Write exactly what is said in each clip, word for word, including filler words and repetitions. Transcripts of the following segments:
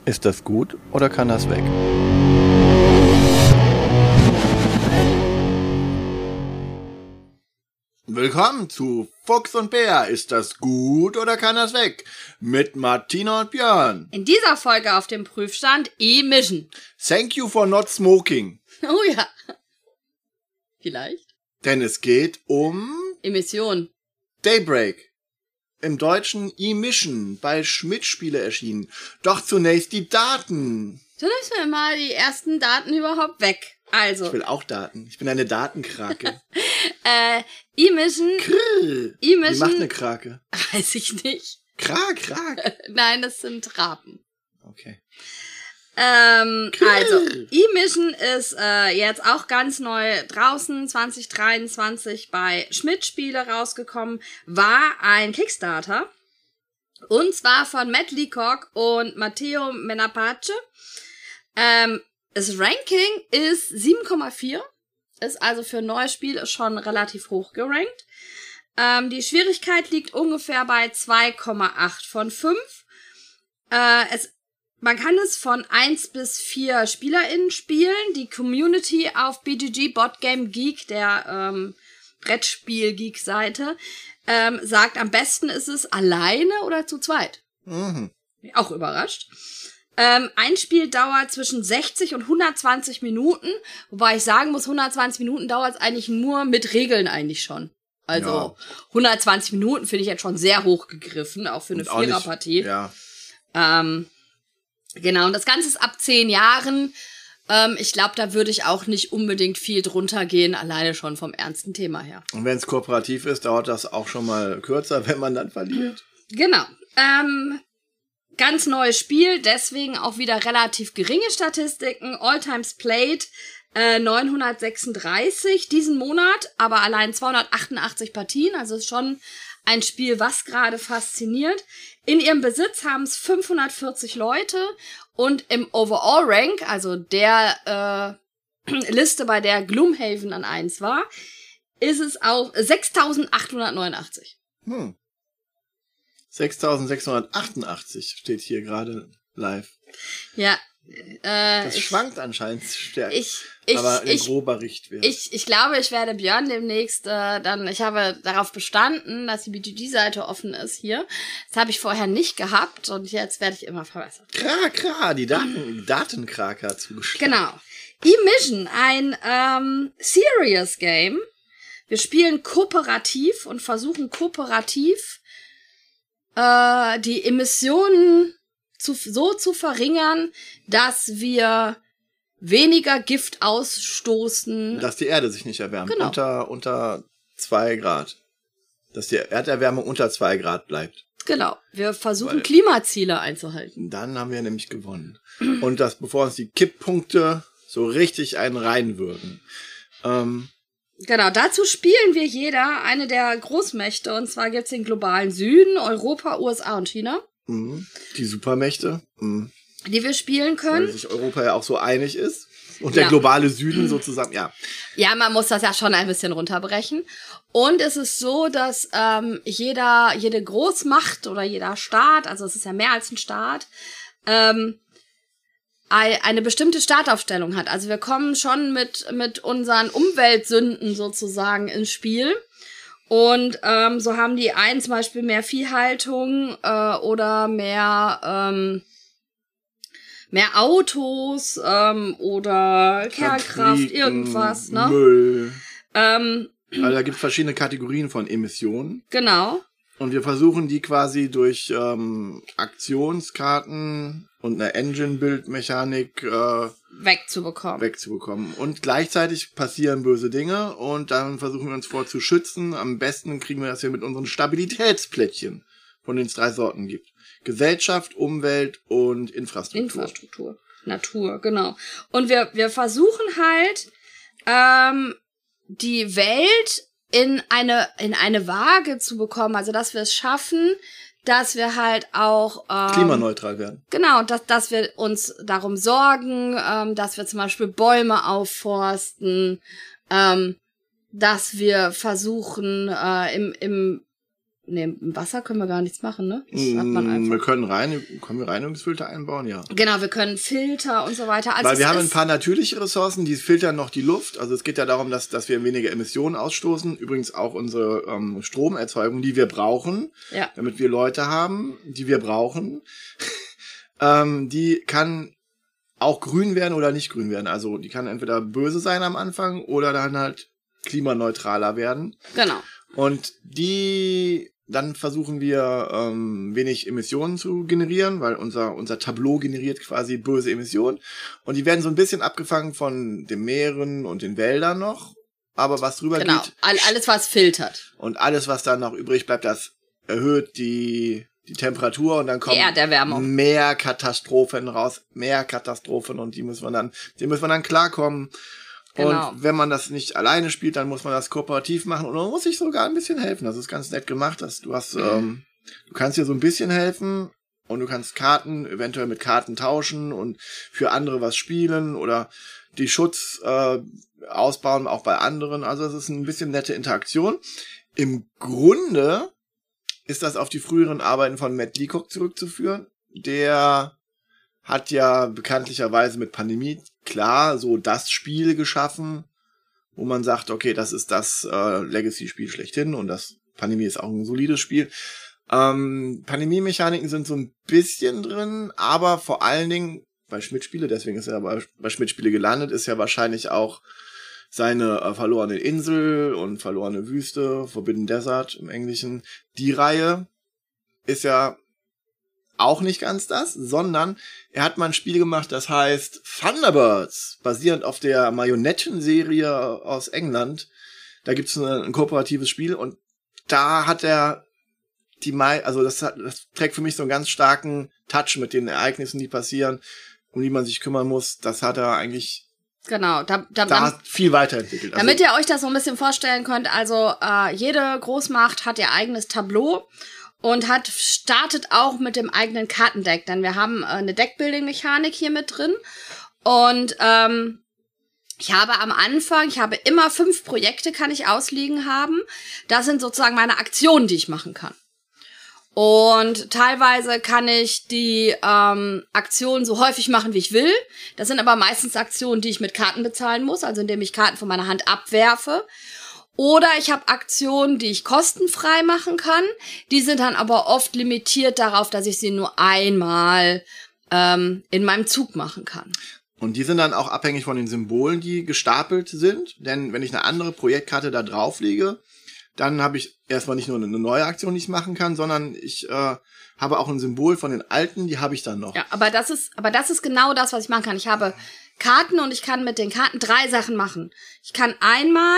Ist das gut oder kann das weg? Willkommen zu Fuchs und Bär. Ist das gut oder kann das weg? Mit Martina und Björn. In dieser Folge auf dem Prüfstand E-Mission. Thank you for not smoking. Oh ja. Vielleicht. Denn es geht um Emission. Daybreak. Im Deutschen E-Mission, bei Schmidt-Spiele erschienen. Doch zunächst die Daten. Zunächst mal mal die ersten Daten überhaupt weg. Also. Ich will auch Daten. Ich bin eine Datenkrake. äh, E-Mission. Krrr. E-Mission. Wie macht eine Krake? Weiß ich nicht. Krak, Krak. Nein, das sind Raben. Okay. Ähm, Krrr. also, E-Mission ist äh, jetzt auch ganz neu draußen, zwanzig dreiundzwanzig bei Schmidt-Spiele rausgekommen, war ein Kickstarter. Und zwar von Matt Leacock und Matteo Menapace. Ähm, das Ranking ist sieben Komma vier. Ist also für ein neues Spiel schon relativ hoch gerankt. Ähm, die Schwierigkeit liegt ungefähr bei zwei Komma acht von fünf. Äh, es Man kann es von eins bis vier SpielerInnen spielen. Die Community auf B G G Board Game Geek, der ähm, Brettspiel-Geek-Seite, ähm, sagt, am besten ist es alleine oder zu zweit. Mhm. Auch überrascht. Ähm, ein Spiel dauert zwischen sechzig und hundertzwanzig Minuten, wobei ich sagen muss, hundertzwanzig Minuten dauert es eigentlich nur mit Regeln eigentlich schon. Also Ja. hundertzwanzig Minuten finde ich jetzt schon sehr hoch gegriffen, auch für eine Und auch nicht- Viererpartie. Ja. Ähm, genau, und das Ganze ist ab zehn Jahren. Ähm, ich glaube, da würde ich auch nicht unbedingt viel drunter gehen, alleine schon vom ernsten Thema her. Und wenn es kooperativ ist, dauert das auch schon mal kürzer, wenn man dann verliert. Genau. Ähm, ganz neues Spiel, deswegen auch wieder relativ geringe Statistiken. All Times Played äh, neunhundertsechsunddreißig diesen Monat, aber allein zweihundertachtundachtzig Partien, also ist schon ein Spiel, was gerade fasziniert. In ihrem Besitz haben es fünfhundertvierzig Leute und im Overall-Rank, also der äh, Liste, bei der Gloomhaven an eins war, ist es auf sechstausendachthundertneunundachtzig. Hm. sechstausendsechshundertachtundachtzig steht hier gerade live. Ja. Äh, Das ich, schwankt anscheinend stärker. ich, ich, aber ein ich, grober Richtwert. Ich, ich glaube, ich werde Björn demnächst äh, dann, ich habe darauf bestanden, dass die B G G-Seite offen ist hier. Das habe ich vorher nicht gehabt und jetzt werde ich immer verbessert. Kra, kra, die Daten, Datenkraker zugeschlagen. Genau. E-Mission, ein ähm, Serious Game. Wir spielen kooperativ und versuchen kooperativ äh, die Emissionen zu, so zu verringern, dass wir weniger Gift ausstoßen. Dass die Erde sich nicht erwärmt. Genau. Unter, unter zwei Grad. Dass die Erderwärmung unter zwei Grad bleibt. Genau. Wir versuchen Weil- Klimaziele einzuhalten. Dann haben wir nämlich gewonnen. Und das, bevor uns die Kipppunkte so richtig einen reinwürgen. Ähm, Genau, dazu spielen wir jeder eine der Großmächte. Und zwar gibt's den globalen Süden, Europa, U S A und China, mh, die Supermächte. Mh, die wir spielen weil können. sich Europa ja auch so einig ist. Und der Ja. globale Süden so zusammen, ja. Ja, man muss das ja schon ein bisschen runterbrechen. Und es ist so, dass ähm, jeder, jede Großmacht oder jeder Staat, also es ist ja mehr als ein Staat, ähm, ei- eine bestimmte Startaufstellung hat. Also wir kommen schon mit mit unseren Umweltsünden sozusagen ins Spiel. Und ähm, so haben die einen zum Beispiel mehr Viehhaltung äh, oder mehr ähm, mehr Autos ähm, oder Kehrkraft, Fabriken, irgendwas, ne? Müll. Ähm, Also da gibt es verschiedene Kategorien von Emissionen. genau. Und wir versuchen die quasi durch ähm, Aktionskarten und eine Engine-Build-Mechanik äh, Wegzubekommen. wegzubekommen. Und gleichzeitig passieren böse Dinge und dann versuchen wir uns vor zu schützen. Am besten kriegen wir das hier mit unseren Stabilitätsplättchen, von denen es drei Sorten gibt. Gesellschaft, Umwelt und Infrastruktur. Infrastruktur. Natur, genau. Und wir, wir versuchen halt, ähm, die Welt in eine, in eine Waage zu bekommen. Also, dass wir es schaffen, dass wir halt auch ähm, Klimaneutral werden. Genau, dass, dass wir uns darum sorgen, ähm, dass wir zum Beispiel Bäume aufforsten, ähm, dass wir versuchen, äh, im, im Nee, im Wasser können wir gar nichts machen, ne? Das hat man einfach. Wir können rein, können wir Reinigungsfilter einbauen, ja. Genau, wir können Filter und so weiter. Also Weil wir haben ein paar natürliche Ressourcen, die filtern noch die Luft. Also es geht ja darum, dass, dass wir weniger Emissionen ausstoßen. Übrigens auch unsere ähm, Stromerzeugung, die wir brauchen, ja. damit wir Leute haben, die wir brauchen. ähm, die kann auch grün werden oder nicht grün werden. Also die kann entweder böse sein am Anfang oder dann halt klimaneutraler werden. Genau. Und die... Dann versuchen wir, ähm, wenig Emissionen zu generieren, weil unser unser Tableau generiert quasi böse Emissionen. Und die werden so ein bisschen abgefangen von den Meeren und den Wäldern noch. Aber was drüber genau. geht... Genau, alles, was filtert. Und alles, was dann noch übrig bleibt, das erhöht die die Temperatur und dann kommen die Erderwärmung. Mehr Katastrophen raus. Mehr Katastrophen und die müssen wir dann, die müssen wir dann klarkommen. Genau. Und wenn man das nicht alleine spielt, dann muss man das kooperativ machen und man muss sich sogar ein bisschen helfen. Das ist ganz nett gemacht. Dass du hast, ähm, du kannst dir so ein bisschen helfen und du kannst Karten eventuell mit Karten tauschen und für andere was spielen oder die Schutz äh, ausbauen, auch bei anderen. Also es ist ein bisschen nette Interaktion. Im Grunde ist das auf die früheren Arbeiten von Matt Leacock zurückzuführen. Der hat ja bekanntlicherweise mit Pandemie klar so das Spiel geschaffen, wo man sagt, okay, das ist das äh, Legacy-Spiel schlechthin und das Pandemie ist auch ein solides Spiel. Ähm, Pandemie-Mechaniken sind so ein bisschen drin, aber vor allen Dingen bei Schmidt-Spiele, deswegen ist er bei, bei Schmidt-Spiele gelandet, ist ja wahrscheinlich auch seine äh, verlorene Insel und verlorene Wüste, Forbidden Desert im Englischen. Die Reihe ist ja auch nicht ganz das, sondern er hat mal ein Spiel gemacht, das heißt Thunderbirds, basierend auf der Marionettenserie aus England. Da gibt's ein, ein kooperatives Spiel und da hat er die Mai, also das, hat, das trägt für mich so einen ganz starken Touch mit den Ereignissen, die passieren, um die man sich kümmern muss. Das hat er eigentlich genau, da, da, da hat viel weiterentwickelt. Also, damit ihr euch das so ein bisschen vorstellen könnt, also äh, jede Großmacht hat ihr eigenes Tableau. Und hat startet auch mit dem eigenen Kartendeck, denn wir haben äh, eine Deckbuilding-Mechanik hier mit drin. Und ähm, ich habe am Anfang, ich habe immer fünf Projekte, kann ich ausliegen haben. Das sind sozusagen meine Aktionen, die ich machen kann. Und teilweise kann ich die ähm, Aktionen so häufig machen, wie ich will. Das sind aber meistens Aktionen, die ich mit Karten bezahlen muss, also indem ich Karten von meiner Hand abwerfe. Oder ich habe Aktionen, die ich kostenfrei machen kann. Die sind dann aber oft limitiert darauf, dass ich sie nur einmal ähm, in meinem Zug machen kann. Und die sind dann auch abhängig von den Symbolen, die gestapelt sind. Denn wenn ich eine andere Projektkarte da drauflege, dann habe ich erstmal nicht nur eine neue Aktion, die ich machen kann, sondern ich äh, habe auch ein Symbol von den alten, die habe ich dann noch. Ja, aber das ist, aber das ist genau das, was ich machen kann. Ich habe Karten und ich kann mit den Karten drei Sachen machen. Ich kann einmal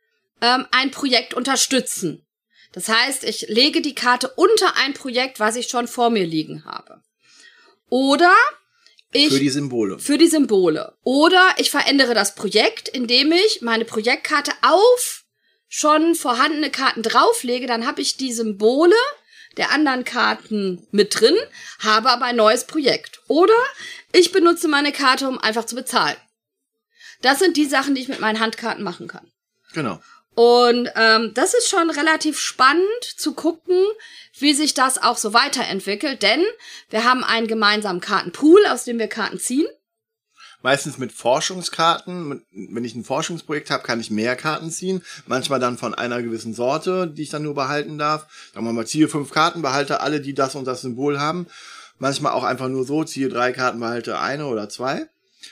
ein Projekt unterstützen. Das heißt, ich lege die Karte unter ein Projekt, was ich schon vor mir liegen habe. Oder ich... Für die Symbole. Für die Symbole. Oder ich verändere das Projekt, indem ich meine Projektkarte auf schon vorhandene Karten drauflege. Dann habe ich die Symbole der anderen Karten mit drin, habe aber ein neues Projekt. Oder ich benutze meine Karte, um einfach zu bezahlen. Das sind die Sachen, die ich mit meinen Handkarten machen kann. Genau. Und ähm, das ist schon relativ spannend zu gucken, wie sich das auch so weiterentwickelt. Denn wir haben einen gemeinsamen Kartenpool, aus dem wir Karten ziehen. Meistens mit Forschungskarten. Wenn ich ein Forschungsprojekt habe, kann ich mehr Karten ziehen. Manchmal dann von einer gewissen Sorte, die ich dann nur behalten darf. Sagen wir mal, ziehe fünf Karten, behalte alle, die das und das Symbol haben. Manchmal auch einfach nur so, ziehe drei Karten, behalte eine oder zwei.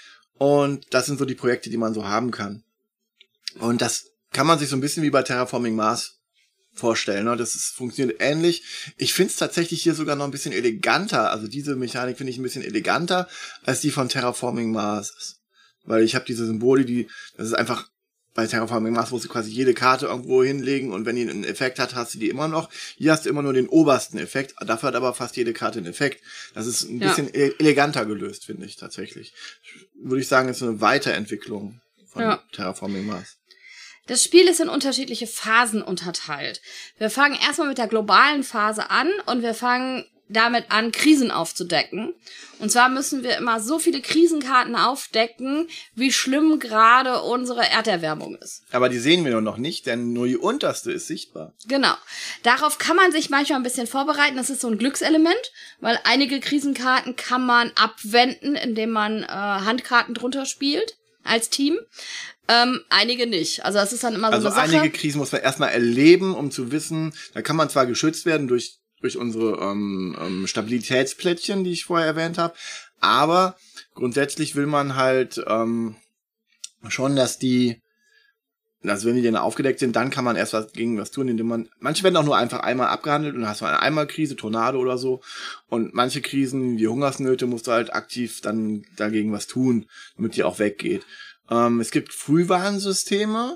Und das sind so die Projekte, die man so haben kann. Und das kann man sich so ein bisschen wie bei Terraforming Mars vorstellen. Ne? Das ist, funktioniert ähnlich. Ich finde es tatsächlich hier sogar noch ein bisschen eleganter. Also diese Mechanik finde ich ein bisschen eleganter als die von Terraforming Mars. Weil ich habe diese Symbole, die, das ist einfach, bei Terraforming Mars musst du quasi jede Karte irgendwo hinlegen und wenn die einen Effekt hat, hast du die immer noch. Hier hast du immer nur den obersten Effekt. Dafür hat aber fast jede Karte einen Effekt. Das ist ein ja. bisschen eleganter gelöst, finde ich tatsächlich. Würde ich sagen, ist eine Weiterentwicklung von ja. Terraforming Mars. Das Spiel ist in unterschiedliche Phasen unterteilt. Wir fangen erstmal mit der globalen Phase an und wir fangen damit an, Krisen aufzudecken. Und zwar müssen wir immer so viele Krisenkarten aufdecken, wie schlimm gerade unsere Erderwärmung ist. Aber die sehen wir noch nicht, denn nur die unterste ist sichtbar. Genau. Darauf kann man sich manchmal ein bisschen vorbereiten. Das ist so ein Glückselement, weil einige Krisenkarten kann man abwenden, indem man äh, Handkarten drunter spielt als Team. Ähm, einige nicht. Also das ist dann immer so also eine Sache. Also einige Krisen muss man erstmal erleben, um zu wissen, da kann man zwar geschützt werden durch durch unsere ähm, ähm, Stabilitätsplättchen, die ich vorher erwähnt habe, aber grundsätzlich will man halt ähm, schon, dass die, also wenn die dann aufgedeckt sind, dann kann man erst was gegen was tun, indem man, manche werden auch nur einfach einmal abgehandelt und dann hast du eine Einmalkrise, Tornado oder so, und manche Krisen, wie Hungersnöte, musst du halt aktiv dann dagegen was tun, damit die auch weggeht. Ähm, es gibt Frühwarnsysteme,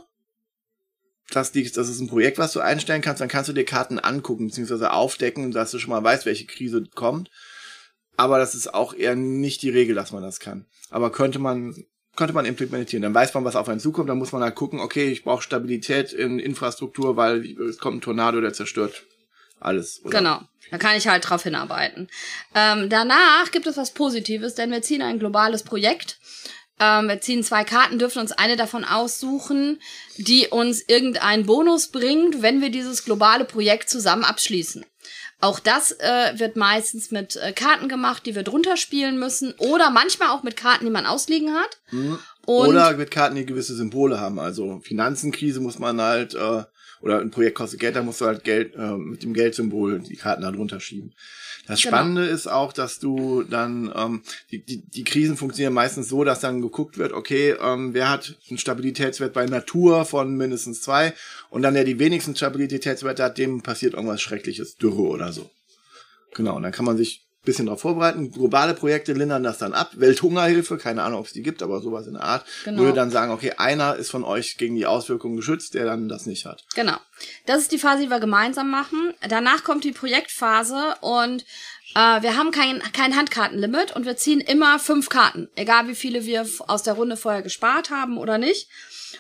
das, die, das ist ein Projekt, was du einstellen kannst, dann kannst du dir Karten angucken, beziehungsweise aufdecken, dass du schon mal weißt, welche Krise kommt. Aber das ist auch eher nicht die Regel, dass man das kann. Aber könnte man, könnte man implementieren. Dann weiß man, was auf einen zukommt, dann muss man halt gucken, okay, ich brauche Stabilität in Infrastruktur, weil es kommt ein Tornado, der zerstört alles. Oder? Genau. Da kann ich halt drauf hinarbeiten. Ähm, danach gibt es was Positives, denn wir ziehen ein globales Projekt. Ähm, wir ziehen zwei Karten, dürfen uns eine davon aussuchen, die uns irgendeinen Bonus bringt, wenn wir dieses globale Projekt zusammen abschließen. Auch das äh, wird meistens mit äh, Karten gemacht, die wir drunter spielen müssen, oder manchmal auch mit Karten, die man ausliegen hat. Mhm. Und oder mit Karten, die gewisse Symbole haben. Also Finanzenkrise muss man halt, äh, oder ein Projekt kostet Geld, da musst du halt Geld äh, mit dem Geldsymbol die Karten da drunter schieben. Das Spannende genau. ist auch, dass du dann, ähm, die, die, die Krisen funktionieren meistens so, dass dann geguckt wird, okay, ähm, wer hat einen Stabilitätswert bei Natur von mindestens zwei, und dann der die wenigsten Stabilitätswerte hat, dem passiert irgendwas Schreckliches, Dürre oder so. Genau, und dann kann man sich ein bisschen darauf vorbereiten. Globale Projekte lindern das dann ab. Welthungerhilfe, keine Ahnung, ob es die gibt, aber sowas in der Art, genau. würde dann sagen, okay, einer ist von euch gegen die Auswirkungen geschützt, der dann das nicht hat. Genau. Das ist die Phase, die wir gemeinsam machen. Danach kommt die Projektphase und äh, wir haben kein, kein Handkartenlimit und wir ziehen immer fünf Karten, egal wie viele wir aus der Runde vorher gespart haben oder nicht.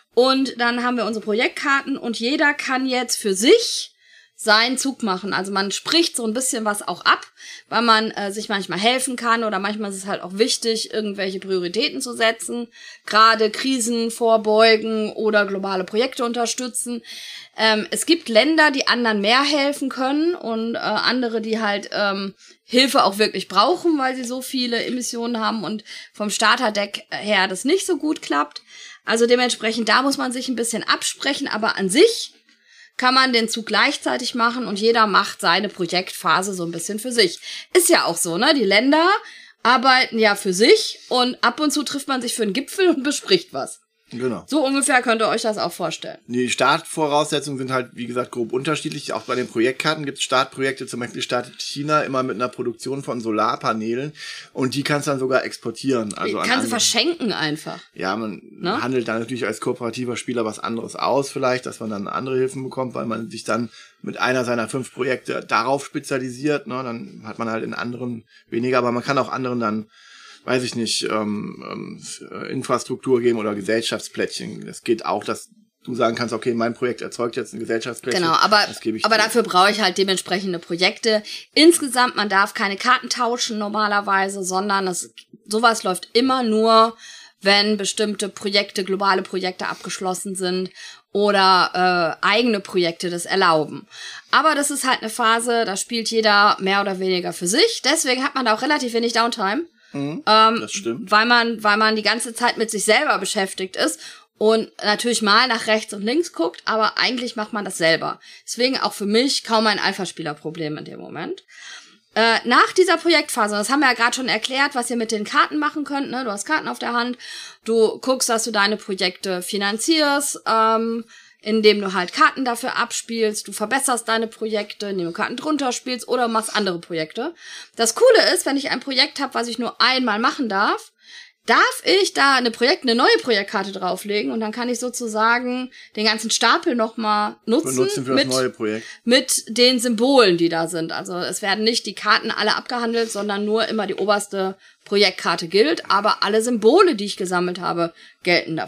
Und dann haben wir unsere Projektkarten und jeder kann jetzt für sich seinen Zug machen. Also man spricht so ein bisschen was auch ab, weil man äh, sich manchmal helfen kann oder manchmal ist es halt auch wichtig, irgendwelche Prioritäten zu setzen, gerade Krisen vorbeugen oder globale Projekte unterstützen. Ähm, es gibt Länder, die anderen mehr helfen können und äh, andere, die halt ähm, Hilfe auch wirklich brauchen, weil sie so viele Emissionen haben und vom Starterdeck her das nicht so gut klappt. Also dementsprechend, da muss man sich ein bisschen absprechen, aber an sich kann man den Zug gleichzeitig machen und jeder macht seine Projektphase so ein bisschen für sich. Ist ja auch so, ne? Die Länder arbeiten ja für sich und ab und zu trifft man sich für einen Gipfel und bespricht was. Genau. So ungefähr könnt ihr euch das auch vorstellen. Die Startvoraussetzungen sind halt, wie gesagt, grob unterschiedlich. Auch bei den Projektkarten gibt es Startprojekte. Zum Beispiel startet China immer mit einer Produktion von Solarpanelen und die kannst du dann sogar exportieren. Also kannst du verschenken einfach. Ja, man ne? handelt dann natürlich als kooperativer Spieler was anderes aus vielleicht, dass man dann andere Hilfen bekommt, weil man sich dann mit einer seiner fünf Projekte darauf spezialisiert. Ne? Dann hat man halt in anderen weniger, aber man kann auch anderen dann, weiß ich nicht, ähm, ähm, Infrastruktur geben oder Gesellschaftsplättchen. Es geht auch, dass du sagen kannst, okay, mein Projekt erzeugt jetzt ein Gesellschaftsplättchen. Genau, aber, das gebe ich aber dir. dafür brauche ich halt dementsprechende Projekte. Insgesamt, man darf keine Karten tauschen normalerweise, sondern es, sowas läuft immer nur, wenn bestimmte Projekte, globale Projekte abgeschlossen sind oder äh, eigene Projekte das erlauben. Aber das ist halt eine Phase, da spielt jeder mehr oder weniger für sich. Deswegen hat man da auch relativ wenig Downtime. Mhm, ähm, das stimmt. Weil man, weil man die ganze Zeit mit sich selber beschäftigt ist und natürlich mal nach rechts und links guckt, aber eigentlich macht man das selber. Deswegen auch für mich kaum ein Alpha-Spieler-Problem in dem Moment. Äh, nach dieser Projektphase, das haben wir ja gerade schon erklärt, was ihr mit den Karten machen könnt, ne? Du hast Karten auf der Hand, du guckst, dass du deine Projekte finanzierst, ähm, indem du halt Karten dafür abspielst, du verbesserst deine Projekte, indem du Karten drunter spielst oder machst andere Projekte. Das Coole ist, wenn ich ein Projekt habe, was ich nur einmal machen darf, darf ich da eine Projekt, eine neue Projektkarte drauflegen und dann kann ich sozusagen den ganzen Stapel nochmal nutzen, nutzen für das mit, neue Projekt. mit den Symbolen, die da sind. Also es werden nicht die Karten alle abgehandelt, sondern nur immer die oberste Projektkarte gilt, aber alle Symbole, die ich gesammelt habe, gelten dafür.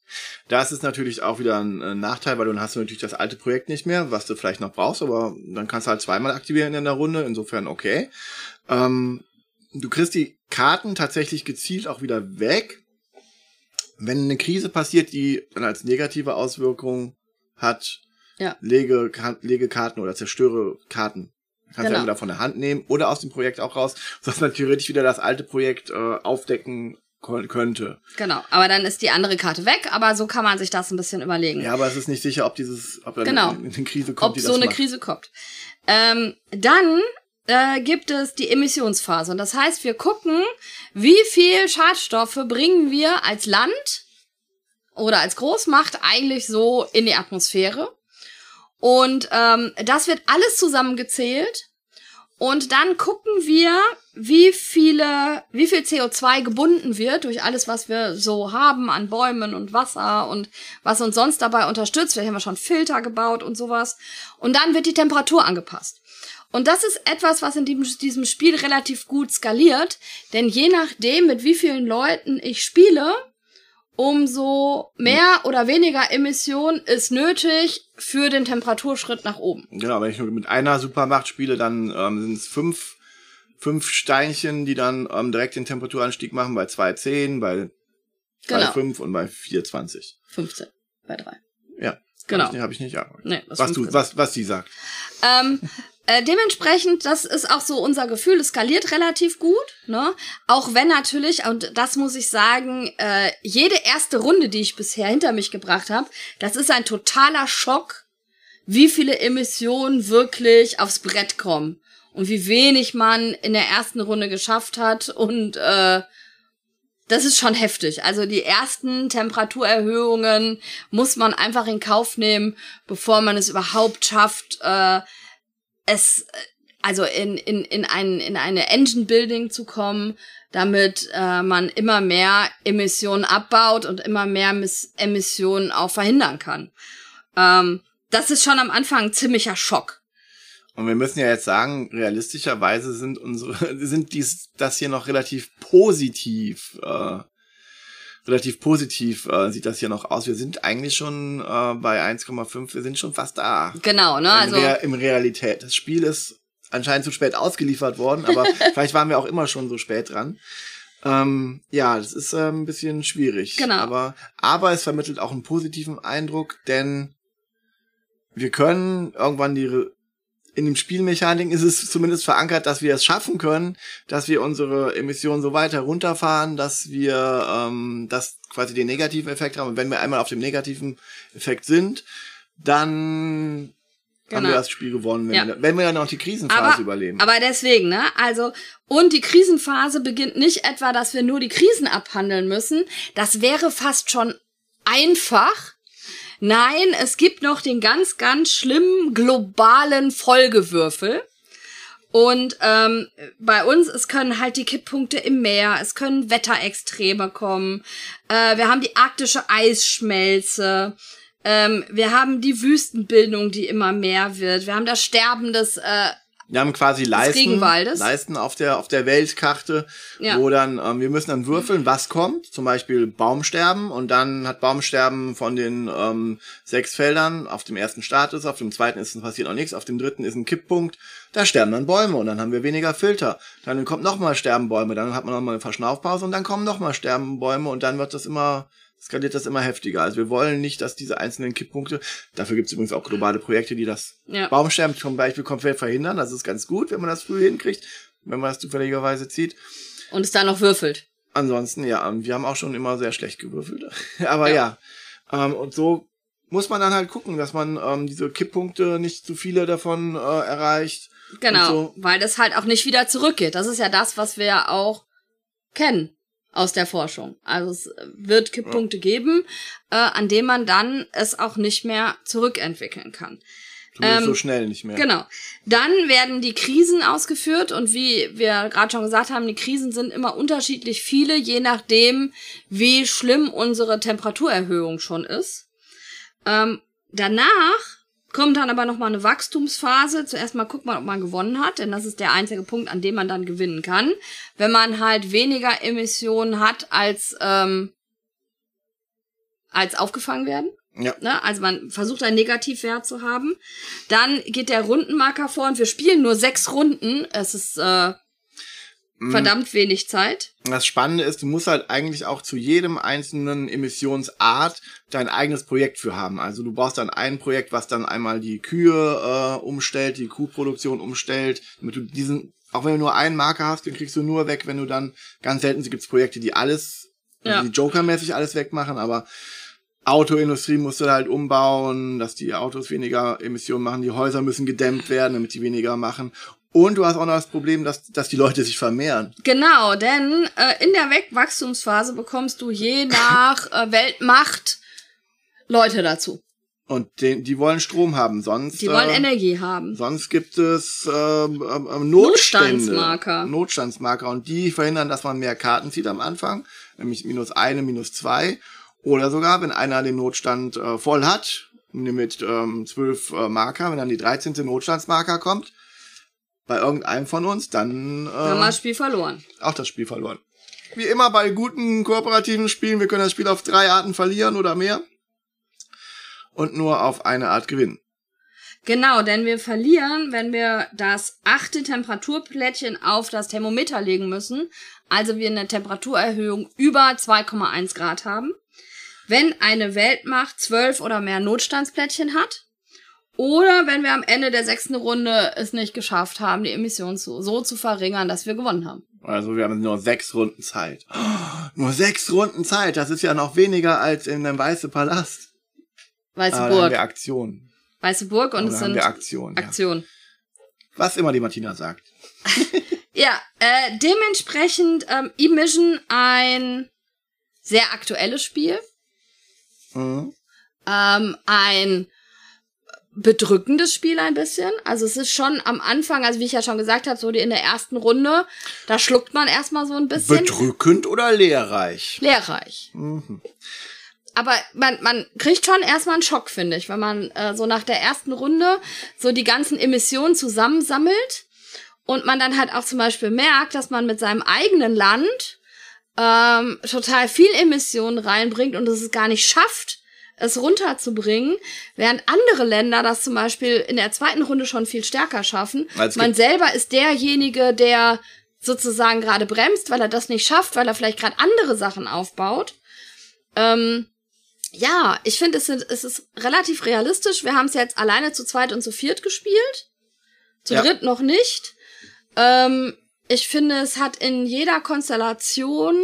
Das ist natürlich auch wieder ein äh, Nachteil, weil dann hast du natürlich das alte Projekt nicht mehr, was du vielleicht noch brauchst, aber dann kannst du halt zweimal aktivieren in der Runde, insofern okay. Ähm, du kriegst die Karten tatsächlich gezielt auch wieder weg, wenn eine Krise passiert, die dann als negative Auswirkung hat, ja. lege, lege Karten oder zerstöre Karten. Du kannst genau. ja entweder von der Hand nehmen oder aus dem Projekt auch raus, sodass man theoretisch wieder das alte Projekt äh, aufdecken könnte. Genau, aber dann ist die andere Karte weg, aber so kann man sich das ein bisschen überlegen. Ja, aber es ist nicht sicher, ob dieses, ob genau. eine, eine Krise kommt, ob die so das eine macht. Krise kommt. Ähm, dann äh, gibt es die Emissionsphase. Und das heißt, wir gucken, wie viel Schadstoffe bringen wir als Land oder als Großmacht eigentlich so in die Atmosphäre. Und ähm, das wird alles zusammengezählt. Und dann gucken wir, wie viele, wie viel C O zwei gebunden wird durch alles, was wir so haben an Bäumen und Wasser und was uns sonst dabei unterstützt. Vielleicht haben wir schon Filter gebaut und sowas. Und dann wird die Temperatur angepasst. Und das ist etwas, was in diesem Spiel relativ gut skaliert. Denn je nachdem, mit wie vielen Leuten ich spiele, umso mehr oder weniger Emission ist nötig für den Temperaturschritt nach oben. Genau, wenn ich nur mit einer Supermacht spiele, dann ähm, sind es fünf, fünf Steinchen, die dann ähm, direkt den Temperaturanstieg machen, bei zwei zehn, bei zwei genau. fünf und bei vier zwanzig. fünfzehn, bei drei. Ja, genau. Habe ich, hab ich nicht, ja. Nee, was, du, was, was die sagt. Ähm, äh, dementsprechend, das ist auch so unser Gefühl, es skaliert relativ gut, ne? Auch wenn natürlich, und das muss ich sagen, äh, jede erste Runde, die ich bisher hinter mich gebracht habe, das ist ein totaler Schock, wie viele Emissionen wirklich aufs Brett kommen und wie wenig man in der ersten Runde geschafft hat und äh, das ist schon heftig. Also die ersten Temperaturerhöhungen muss man einfach in Kauf nehmen, bevor man es überhaupt schafft, äh, es also in in in ein in eine Engine Building zu kommen, damit äh, man immer mehr Emissionen abbaut und immer mehr Miss- Emissionen auch verhindern kann. Ähm, das ist schon am Anfang ein ziemlicher Schock. Und wir müssen ja jetzt sagen, realistischerweise sind unsere sind dies das hier noch relativ positiv. Äh, relativ positiv äh, sieht das hier noch aus. Wir sind eigentlich schon äh, bei eins Komma fünf, wir sind schon fast da. Genau, ne? Also in, Re- in Realität. Das Spiel ist anscheinend zu spät ausgeliefert worden, aber vielleicht waren wir auch immer schon so spät dran. Ähm, ja, das ist äh, ein bisschen schwierig. Genau. Aber, aber es vermittelt auch einen positiven Eindruck, denn wir können irgendwann die Re- in dem Spielmechanik ist es zumindest verankert, dass wir es schaffen können, dass wir unsere Emissionen so weiter runterfahren, dass wir ähm, das quasi den negativen Effekt haben. Und wenn wir einmal auf dem negativen Effekt sind, dann genau. haben wir das Spiel gewonnen, wenn, ja. wir, wenn wir dann auch die Krisenphase aber, überleben. Aber deswegen, ne? Also, und die Krisenphase beginnt nicht etwa, dass wir nur die Krisen abhandeln müssen. Das wäre fast schon einfach. Nein, es gibt noch den ganz, ganz schlimmen globalen Folgewürfel. Und ähm, bei uns, es können halt die Kipppunkte im Meer, es können Wetterextreme kommen, äh, wir haben die arktische Eisschmelze, ähm, wir haben die Wüstenbildung, die immer mehr wird, wir haben das Sterben des äh, Wir haben quasi Leisten, Regenwaldes. Leisten auf der auf der Weltkarte, ja. wo dann, ähm, wir müssen dann würfeln, was kommt. Zum Beispiel Baumsterben. Und dann hat Baumsterben von den ähm, sechs Feldern, auf dem ersten Status, auf dem zweiten ist passiert noch nichts, auf dem dritten ist ein Kipppunkt. Da sterben dann Bäume und dann haben wir weniger Filter. Dann kommt nochmal Sterben Bäume, dann hat man nochmal eine Verschnaufpause und dann kommen nochmal Sterben Bäume und dann wird das immer... skaliert das immer heftiger. Also wir wollen nicht, dass diese einzelnen Kipppunkte, dafür gibt es übrigens auch globale Projekte, die das ja. Baumsterben zum Beispiel komplett verhindern. Das ist ganz gut, wenn man das früh hinkriegt, wenn man das zufälligerweise zieht. Und es dann noch würfelt. Ansonsten, ja, wir haben auch schon immer sehr schlecht gewürfelt. Aber ja, ja ähm, und so muss man dann halt gucken, dass man ähm, diese Kipppunkte nicht zu viele davon äh, erreicht. Genau, so. Weil das halt auch nicht wieder zurückgeht. Das ist ja das, was wir ja auch kennen aus der Forschung. Also es wird Kipppunkte ja. geben, äh, an denen man dann es auch nicht mehr zurückentwickeln kann. Zumindest ähm, so schnell nicht mehr. Genau. Dann werden die Krisen ausgeführt und wie wir gerade schon gesagt haben, die Krisen sind immer unterschiedlich viele, je nachdem, wie schlimm unsere Temperaturerhöhung schon ist. Ähm, danach kommt dann aber nochmal eine Wachstumsphase. Zuerst mal guckt man, ob man gewonnen hat, denn das ist der einzige Punkt, an dem man dann gewinnen kann. Wenn man halt weniger Emissionen hat als ähm, als aufgefangen werden. Ja. Ne? Also man versucht einen Negativwert zu haben. Dann geht der Rundenmarker vor und wir spielen nur sechs Runden. Es ist äh, mm. verdammt wenig Zeit. Das Spannende ist, du musst halt eigentlich auch zu jedem einzelnen Emissionsart dein eigenes Projekt für haben. Also du brauchst dann ein Projekt, was dann einmal die Kühe äh, umstellt, die Kuhproduktion umstellt, damit du diesen, auch wenn du nur einen Marker hast, den kriegst du nur weg, wenn du dann, ganz selten gibt es Projekte, die alles, also ja. die Joker-mäßig alles wegmachen, aber Autoindustrie musst du halt umbauen, dass die Autos weniger Emissionen machen, die Häuser müssen gedämmt werden, damit die weniger machen. Und du hast auch noch das Problem, dass, dass die Leute sich vermehren. Genau, denn äh, in der Wachstumsphase bekommst du je nach äh, Weltmacht Leute dazu. Und den, die wollen Strom haben, sonst... Die wollen äh, Energie haben. Sonst gibt es äh, äh, Notstände. Notstandsmarker. Notstandsmarker. Und die verhindern, dass man mehr Karten zieht am Anfang. Nämlich minus eine, minus zwei. Oder sogar, wenn einer den Notstand äh, voll hat, mit ähm, zwölf äh, Marker, wenn dann die dreizehnte Notstandsmarker kommt, bei irgendeinem von uns, dann äh, haben wir das Spiel verloren. Auch das Spiel verloren. Wie immer bei guten kooperativen Spielen, wir können das Spiel auf drei Arten verlieren oder mehr und nur auf eine Art gewinnen. Genau, denn wir verlieren, wenn wir das achte Temperaturplättchen auf das Thermometer legen müssen, also wir eine Temperaturerhöhung über zwei Komma eins Grad haben. Wenn eine Weltmacht zwölf oder mehr Notstandsplättchen hat oder wenn wir am Ende der sechsten Runde es nicht geschafft haben, die Emissionen so, so zu verringern, dass wir gewonnen haben. Also wir haben nur sechs Runden Zeit. Oh, nur sechs Runden Zeit, das ist ja noch weniger als in einem Weiße Palast. Weiße ah, Burg. Haben wir Aktion. Weiße Burg und Oder es haben sind wir Aktion. Aktion. Ja. Was immer die Martina sagt. Ja, äh, dementsprechend ähm, E-Mission ein sehr aktuelles Spiel. Mhm. Ähm, ein bedrückendes Spiel ein bisschen. Also es ist schon am Anfang, also wie ich ja schon gesagt habe, so die in der ersten Runde, da schluckt man erstmal so ein bisschen. Bedrückend oder lehrreich? Lehrreich. Mhm. Aber man, man kriegt schon erstmal einen Schock, finde ich, wenn man äh, so nach der ersten Runde so die ganzen Emissionen zusammensammelt und man dann halt auch zum Beispiel merkt, dass man mit seinem eigenen Land ähm, total viel Emissionen reinbringt und es gar nicht schafft, es runterzubringen, während andere Länder das zum Beispiel in der zweiten Runde schon viel stärker schaffen. Man selber ist derjenige, der sozusagen gerade bremst, weil er das nicht schafft, weil er vielleicht gerade andere Sachen aufbaut. Ähm, ja, ich finde, es, es ist relativ realistisch. Wir haben es jetzt alleine zu zweit und zu viert gespielt. Zu ja. dritt noch nicht. Ähm, ich finde, es hat in jeder Konstellation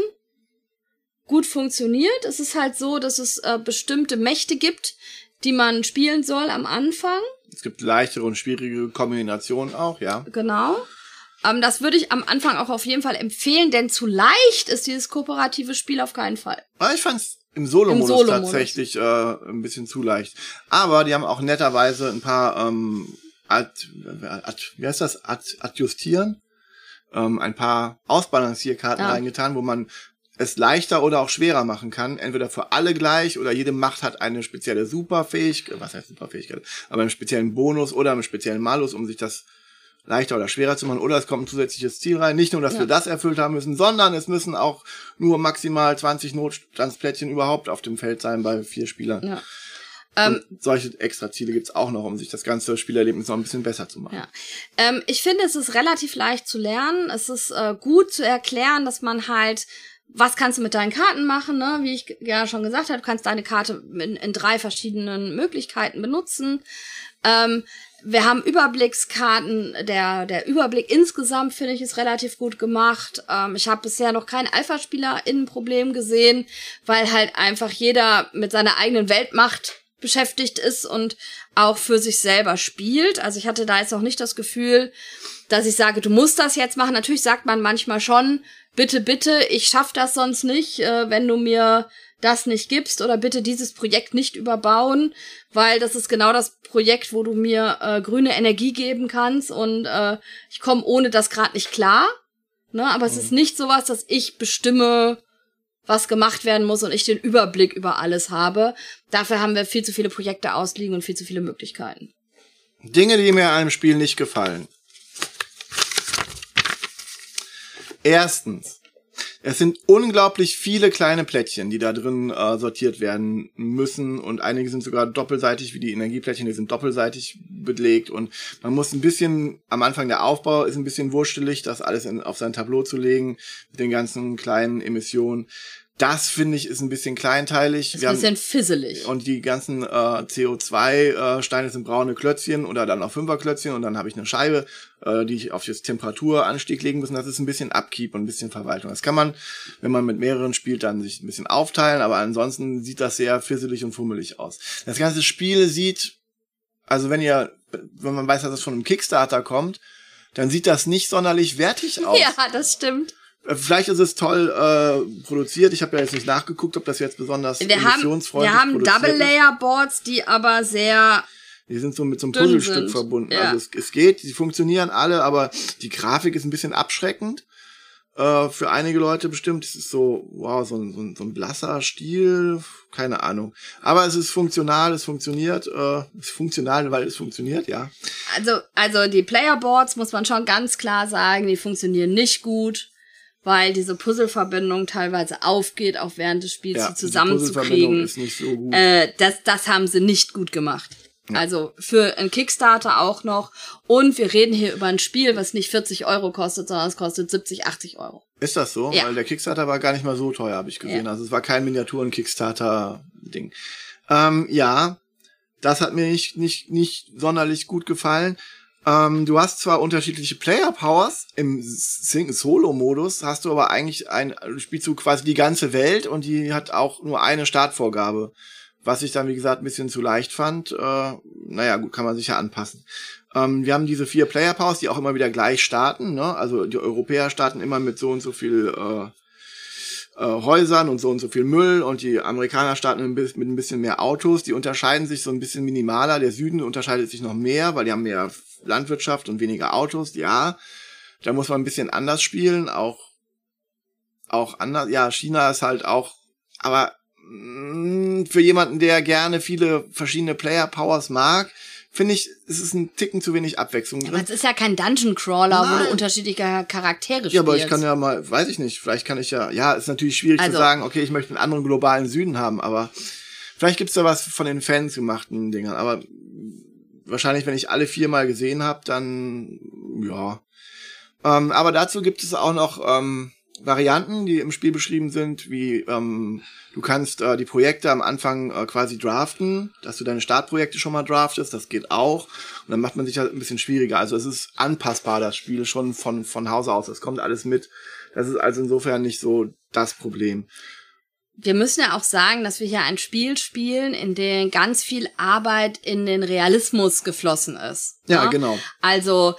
gut funktioniert. Es ist halt so, dass es äh, bestimmte Mächte gibt, die man spielen soll am Anfang. Es gibt leichtere und schwierige Kombinationen auch, ja. Genau. Ähm, das würde ich am Anfang auch auf jeden Fall empfehlen, denn zu leicht ist dieses kooperative Spiel auf keinen Fall. Aber ich fand's im Solo-Modus, Im Solo-Modus. tatsächlich äh, ein bisschen zu leicht. Aber die haben auch netterweise ein paar ähm, ad, ad, wie heißt das? Ad, adjustieren? Ähm, ein paar Ausbalancierkarten ja. reingetan, wo man es leichter oder auch schwerer machen kann. Entweder für alle gleich oder jede Macht hat eine spezielle Superfähigkeit, was heißt Superfähigkeit, aber einen speziellen Bonus oder einen speziellen Malus, um sich das leichter oder schwerer zu machen. Oder es kommt ein zusätzliches Ziel rein. Nicht nur, dass ja. wir das erfüllt haben müssen, sondern es müssen auch nur maximal zwanzig Notstandsplättchen überhaupt auf dem Feld sein bei vier Spielern. Ja. Und ähm, solche extra Ziele gibt's auch noch, um sich das ganze Spielerlebnis noch ein bisschen besser zu machen. Ja. Ähm, ich finde, es ist relativ leicht zu lernen. Es ist äh, gut zu erklären, dass man halt was kannst du mit deinen Karten machen, ne? Wie ich ja schon gesagt habe, du kannst deine Karte in, in drei verschiedenen Möglichkeiten benutzen. Ähm, wir haben Überblickskarten. Der der Überblick insgesamt, finde ich, ist relativ gut gemacht. Ähm, ich habe bisher noch kein Alpha-SpielerInnen-Problem gesehen, weil halt einfach jeder mit seiner eigenen Weltmacht beschäftigt ist und auch für sich selber spielt. Also ich hatte da jetzt noch nicht das Gefühl, dass ich sage, du musst das jetzt machen. Natürlich sagt man manchmal schon, bitte, bitte, ich schaff das sonst nicht, äh, wenn du mir das nicht gibst, oder bitte dieses Projekt nicht überbauen, weil das ist genau das Projekt, wo du mir äh, grüne Energie geben kannst und äh, ich komme ohne das gerade nicht klar. Ne? Aber mhm. es ist nicht sowas, dass ich bestimme, was gemacht werden muss und ich den Überblick über alles habe. Dafür haben wir viel zu viele Projekte ausliegen und viel zu viele Möglichkeiten. Dinge, die mir an einem Spiel nicht gefallen. Erstens, Es sind unglaublich viele kleine Plättchen, die da drin äh, sortiert werden müssen und einige sind sogar doppelseitig, wie die Energieplättchen, die sind doppelseitig belegt und man muss ein bisschen, am Anfang der Aufbau ist ein bisschen wurstelig, das alles in, auf sein Tableau zu legen, mit den ganzen kleinen Emissionen. Das, finde ich, ist ein bisschen kleinteilig. Ist ein bisschen fisselig. Und die ganzen äh, C O zwei Steine sind braune Klötzchen oder dann auch Fünferklötzchen und dann habe ich eine Scheibe, äh, die ich auf das Temperaturanstieg legen muss. Und das ist ein bisschen Upkeep und ein bisschen Verwaltung. Das kann man, wenn man mit mehreren spielt, dann sich ein bisschen aufteilen, aber ansonsten sieht das sehr fisselig und fummelig aus. Das ganze Spiel sieht, also wenn ihr, wenn man weiß, dass das von einem Kickstarter kommt, dann sieht das nicht sonderlich wertig aus. Ja, das stimmt. Vielleicht ist es toll äh, produziert. Ich habe ja jetzt nicht nachgeguckt, ob das jetzt besonders wir emissionsfreundlich ist. Wir haben Double-Layer-Boards, die aber sehr Die sind so mit so einem Puzzlestück sind. verbunden. Ja. Also es, es geht, die funktionieren alle, aber die Grafik ist ein bisschen abschreckend. Äh, für einige Leute bestimmt. Es ist so, wow, so ein, so ein, so ein blasser Stil. Keine Ahnung. Aber es ist funktional, es funktioniert. Äh, es ist funktional, weil es funktioniert, ja. Also, also die Player-Boards, muss man schon ganz klar sagen, die funktionieren nicht gut, weil diese Puzzleverbindung teilweise aufgeht, auch während des Spiels ja, sie zusammenzukriegen. Ist nicht so gut. Äh, das, das haben sie nicht gut gemacht. Ja. Also für einen Kickstarter auch noch. Und wir reden hier über ein Spiel, was nicht vierzig Euro kostet, sondern es kostet siebzig, achtzig Euro. Ist das so? Ja. Weil der Kickstarter war gar nicht mal so teuer, habe ich gesehen. Ja. Also es war kein Miniaturen-Kickstarter-Ding. Ähm, ja, das hat mir nicht, nicht, nicht sonderlich gut gefallen. Ähm, du hast zwar unterschiedliche Player-Powers, im Solo-Modus hast du aber eigentlich ein, du spielst du quasi die ganze Welt und die hat auch nur eine Startvorgabe. Was ich dann, wie gesagt, ein bisschen zu leicht fand. Äh, naja, gut, kann man sich ja anpassen. Ähm, wir haben diese vier Player-Powers, die auch immer wieder gleich starten, ne? Also die Europäer starten immer mit so und so viel äh, äh, Häusern und so und so viel Müll und die Amerikaner starten mit ein bisschen mehr Autos. Die unterscheiden sich so ein bisschen minimaler. Der Süden unterscheidet sich noch mehr, weil die haben mehr Landwirtschaft und weniger Autos. Ja, da muss man ein bisschen anders spielen. Auch, auch anders. Ja, China ist halt auch, aber mh, für jemanden, der gerne viele verschiedene Player-Powers mag, finde ich, es ist ein Ticken zu wenig Abwechslung drin. Aber es ist ja kein Dungeon-Crawler, Nein. wo du unterschiedliche Charaktere spielst. Ja, aber ich kann ja mal, weiß ich nicht, vielleicht kann ich ja, ja, ist natürlich schwierig also, zu sagen, okay, ich möchte einen anderen globalen Süden haben, aber vielleicht gibt's da was von den Fans gemachten Dingern, aber wahrscheinlich, wenn ich alle viermal gesehen habe, dann, ja. Ähm, aber dazu gibt es auch noch ähm, Varianten, die im Spiel beschrieben sind, wie ähm, du kannst äh, die Projekte am Anfang äh, quasi draften, dass du deine Startprojekte schon mal draftest, das geht auch. Und dann macht man sich halt ein bisschen schwieriger. Also es ist anpassbar, das Spiel schon von von Hause aus. Das kommt alles mit. Das ist also insofern nicht so das Problem. Wir müssen ja auch sagen, dass wir hier ein Spiel spielen, in dem ganz viel Arbeit in den Realismus geflossen ist. Ja, ne? Genau. Also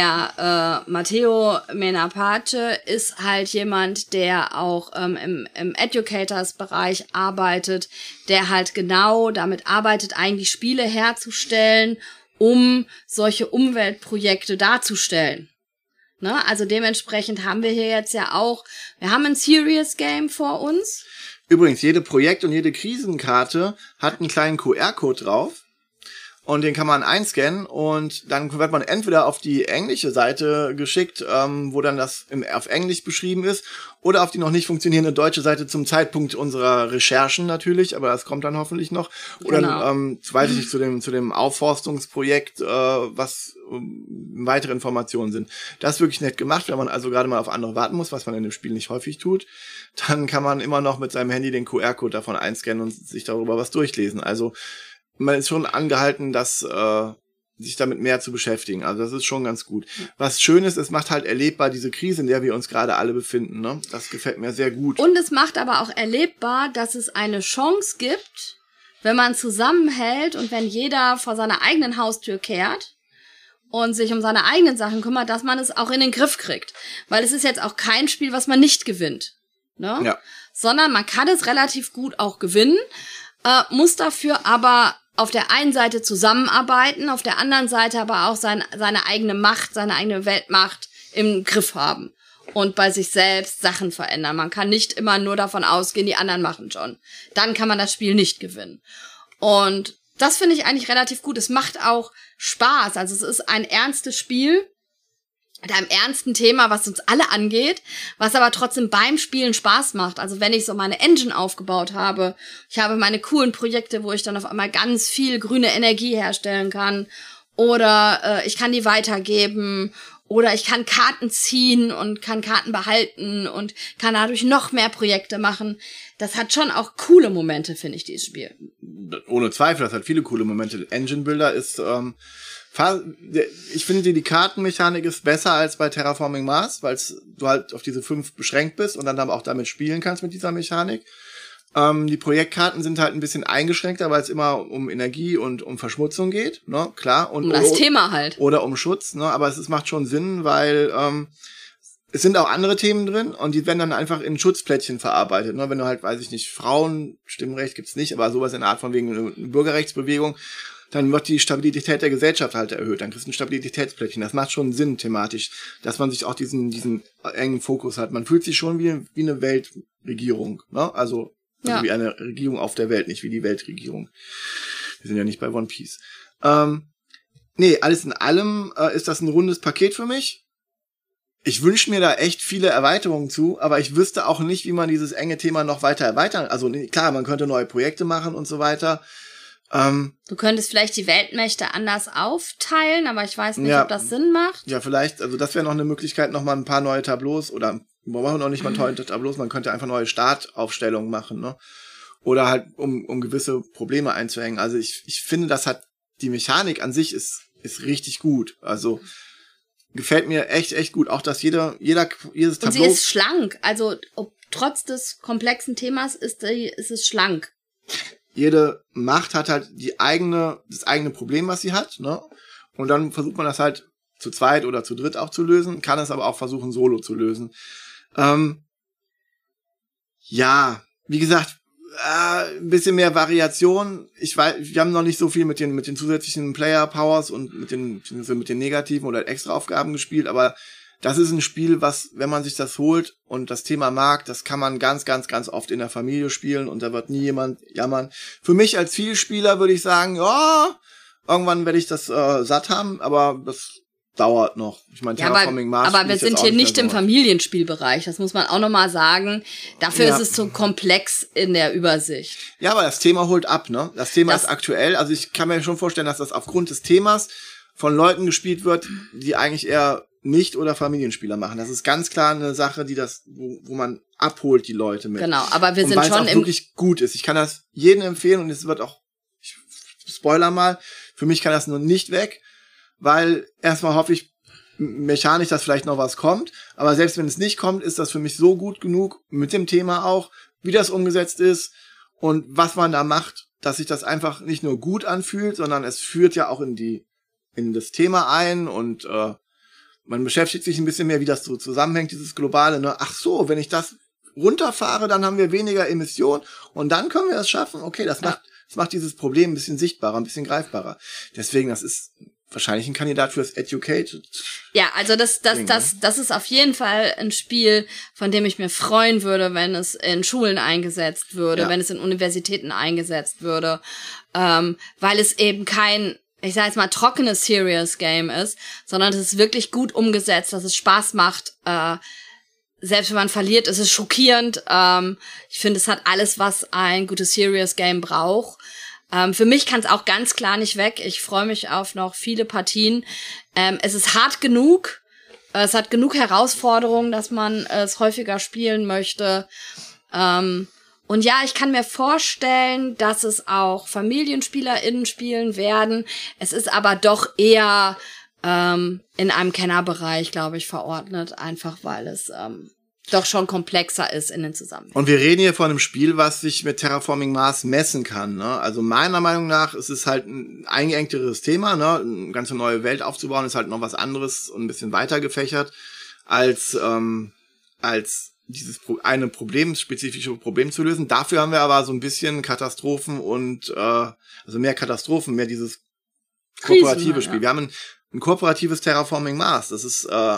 der äh, Matteo Menapace ist halt jemand, der auch ähm, im, im Educators-Bereich arbeitet, der halt genau damit arbeitet, eigentlich Spiele herzustellen, um solche Umweltprojekte darzustellen. Ne? Also dementsprechend haben wir hier jetzt ja auch, wir haben ein Serious Game vor uns. Übrigens, jede Projekt- und jede Krisenkarte hat einen kleinen Q R-Code drauf. Und den kann man einscannen und dann wird man entweder auf die englische Seite geschickt, ähm, wo dann das im, auf Englisch beschrieben ist, oder auf die noch nicht funktionierende deutsche Seite zum Zeitpunkt unserer Recherchen natürlich, aber das kommt dann hoffentlich noch. Oder genau. ähm, weiß ich nicht, zu dem zu dem Aufforstungsprojekt, äh, was ähm, weitere Informationen sind. Das ist wirklich nett gemacht, wenn man also gerade mal auf andere warten muss, was man in dem Spiel nicht häufig tut. Dann kann man immer noch mit seinem Handy den Q R-Code davon einscannen und sich darüber was durchlesen. Also man ist schon angehalten, das äh, sich damit mehr zu beschäftigen. Also das ist schon ganz gut. Was schön ist, es macht halt erlebbar diese Krise, in der wir uns gerade alle befinden. Ne? Das gefällt mir sehr gut. Und es macht aber auch erlebbar, dass es eine Chance gibt, wenn man zusammenhält und wenn jeder vor seiner eigenen Haustür kehrt und sich um seine eigenen Sachen kümmert, dass man es auch in den Griff kriegt. Weil es ist jetzt auch kein Spiel, was man nicht gewinnt. Ne? Ja. Sondern man kann es relativ gut auch gewinnen, äh, muss dafür aber auf der einen Seite zusammenarbeiten, auf der anderen Seite aber auch sein, seine eigene Macht, seine eigene Weltmacht im Griff haben und bei sich selbst Sachen verändern. Man kann nicht immer nur davon ausgehen, die anderen machen schon. Dann kann man das Spiel nicht gewinnen. Und das finde ich eigentlich relativ gut. Es macht auch Spaß. Also es ist ein ernstes Spiel. mit einem ernsten Thema, was uns alle angeht, was aber trotzdem beim Spielen Spaß macht. Also wenn ich so meine Engine aufgebaut habe, ich habe meine coolen Projekte, wo ich dann auf einmal ganz viel grüne Energie herstellen kann, oder äh, ich kann die weitergeben, oder ich kann Karten ziehen und kann Karten behalten und kann dadurch noch mehr Projekte machen. Das hat schon auch coole Momente, finde ich, dieses Spiel. Ohne Zweifel, das hat viele coole Momente. Engine Builder ist... Ähm Ich finde, die Kartenmechanik ist besser als bei Terraforming Mars, weil du halt auf diese fünf beschränkt bist und dann aber auch damit spielen kannst mit dieser Mechanik. Ähm, die Projektkarten sind halt ein bisschen eingeschränkter, weil es immer um Energie und um Verschmutzung geht, ne, klar. Und um das oder, Thema halt. Oder um Schutz, ne, aber es, es macht schon Sinn, weil ähm, es sind auch andere Themen drin und die werden dann einfach in Schutzplättchen verarbeitet. Ne? Wenn du halt, weiß ich nicht, Frauenstimmrecht gibt's nicht, aber sowas in der Art von wegen eine Bürgerrechtsbewegung, dann wird die Stabilität der Gesellschaft halt erhöht. Dann kriegst du ein Stabilitätsplättchen. Das macht schon Sinn thematisch, dass man sich auch diesen diesen engen Fokus hat. Man fühlt sich schon wie, wie eine Weltregierung, ne? Also, also ja. Wie eine Regierung auf der Welt, nicht wie die Weltregierung. Wir sind ja nicht bei One Piece. Ähm, nee, alles in allem äh, ist das ein rundes Paket für mich. Ich wünsche mir da echt viele Erweiterungen zu, aber ich wüsste auch nicht, wie man dieses enge Thema noch weiter erweitern. Also klar, man könnte neue Projekte machen und so weiter. Ähm, du könntest vielleicht die Weltmächte anders aufteilen, aber ich weiß nicht, ja, ob das Sinn macht. Ja, vielleicht, also das wäre noch eine Möglichkeit, noch mal ein paar neue Tableaus oder wir brauchen noch nicht mal neue Tableaus, man könnte einfach neue Startaufstellungen machen, ne? Oder halt, um um gewisse Probleme einzuhängen. Also ich ich finde, das hat, die Mechanik an sich ist ist richtig gut. Also gefällt mir echt, echt gut. Auch, dass jeder, jeder, jedes Tableau... Und sie ist schlank. Also ob, trotz des komplexen Themas ist, ist es schlank. Jede Macht hat halt die eigene, das eigene Problem, was sie hat, ne? Und dann versucht man das halt zu zweit oder zu dritt auch zu lösen, kann es aber auch versuchen, solo zu lösen. Ähm, ja, wie gesagt, äh, ein bisschen mehr Variation. Ich weiß, wir haben noch nicht so viel mit den, mit den zusätzlichen Player Powers und mit den, mit den negativen oder extra Aufgaben gespielt, aber das ist ein Spiel, was, wenn man sich das holt und das Thema mag, das kann man ganz, ganz, ganz oft in der Familie spielen und da wird nie jemand jammern. Für mich als Vielspieler würde ich sagen, ja, irgendwann werde ich das äh, satt haben, aber das dauert noch. Ich meine, Terraforming Mars. Aber wir sind hier nicht im Familienspielbereich, das muss man auch nochmal sagen. Dafür ja. ist es so komplex in der Übersicht. Ja, aber das Thema holt ab, ne? Das Thema das ist aktuell. Also ich kann mir schon vorstellen, dass das aufgrund des Themas von Leuten gespielt wird, die eigentlich eher nicht oder Familienspieler machen. Das ist ganz klar eine Sache, die das, wo, wo man abholt die Leute mit. Genau, aber wir und sind weil schon es auch wirklich gut ist. Ich kann das jedem empfehlen und es wird auch, ich spoiler mal, für mich kann das nur nicht weg, weil erstmal hoffe ich mechanisch, dass vielleicht noch was kommt, aber selbst wenn es nicht kommt, ist das für mich so gut genug mit dem Thema auch, wie das umgesetzt ist und was man da macht, dass sich das einfach nicht nur gut anfühlt, sondern es führt ja auch in die in das Thema ein und äh, man beschäftigt sich ein bisschen mehr, wie das so zusammenhängt, dieses Globale, ne? Ach so, wenn ich das runterfahre, dann haben wir weniger Emissionen und dann können wir es schaffen. Okay, das macht, das macht dieses Problem ein bisschen sichtbarer, ein bisschen greifbarer. Deswegen, das ist wahrscheinlich ein Kandidat fürs Educated. Ja, also das, das, das, das ist auf jeden Fall ein Spiel, von dem ich mir freuen würde, wenn es in Schulen eingesetzt würde, ja. wenn es in Universitäten eingesetzt würde, ähm, weil es eben kein, ich sag jetzt mal, trockenes Serious Game ist, sondern es ist wirklich gut umgesetzt, dass es Spaß macht. Äh, selbst wenn man verliert, ist es schockierend. Ähm, ich finde, es hat alles, was ein gutes Serious Game braucht. Ähm, für mich kann es auch ganz klar nicht weg. Ich freue mich auf noch viele Partien. Ähm, es ist hart genug. Es hat genug Herausforderungen, dass man es häufiger spielen möchte. Ähm, Und ja, ich kann mir vorstellen, dass es auch FamilienspielerInnen spielen werden. Es ist aber doch eher ähm, in einem Kennerbereich, glaube ich, verordnet. Einfach weil es ähm, doch schon komplexer ist in den Zusammenhängen. Und wir reden hier von einem Spiel, was sich mit Terraforming Mars messen kann, ne? Also meiner Meinung nach ist es halt ein eingeengteres Thema, ne? Eine ganze neue Welt aufzubauen ist halt noch was anderes und ein bisschen weiter gefächert als ähm, als dieses Pro- eine Problem, spezifische Problem zu lösen. Dafür haben wir aber so ein bisschen Katastrophen und äh, also mehr Katastrophen, mehr dieses kooperative Krisen, Spiel. ja. Wir haben ein, ein kooperatives Terraforming Mars. Das ist äh,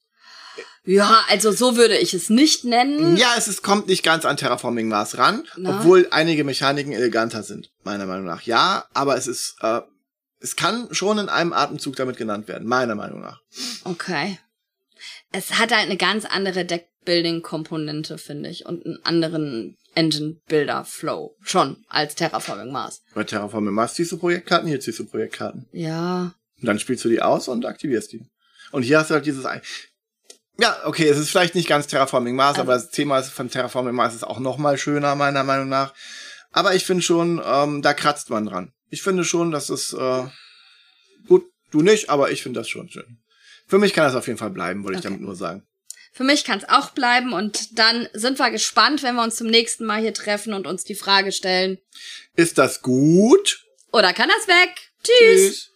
Ja, also so würde ich es nicht nennen. ja, es ist, kommt nicht ganz an Terraforming Mars ran, Na? obwohl einige Mechaniken eleganter sind, meiner Meinung nach. Ja, aber es ist, äh, es kann schon in einem Atemzug damit genannt werden, meiner Meinung nach. Okay. Es hat halt eine ganz andere Deckbuilding-Komponente, finde ich, und einen anderen Engine-Builder-Flow schon als Terraforming Mars. Bei Terraforming Mars ziehst du Projektkarten, hier ziehst du Projektkarten. Ja. Und dann spielst du die aus und aktivierst die. Und hier hast du halt dieses... Ein ja, okay, es ist vielleicht nicht ganz Terraforming Mars, also, aber das Thema von Terraforming Mars ist auch noch mal schöner, meiner Meinung nach. Aber ich finde schon, ähm, da kratzt man dran. Ich finde schon, dass es... Äh, gut, du nicht, aber ich finde das schon schön. Für mich kann das auf jeden Fall bleiben, wollte okay. ich damit nur sagen. Für mich kann es auch bleiben und dann sind wir gespannt, wenn wir uns zum nächsten Mal hier treffen und uns die Frage stellen. Ist das gut? Oder kann das weg? Tschüss. Tschüss.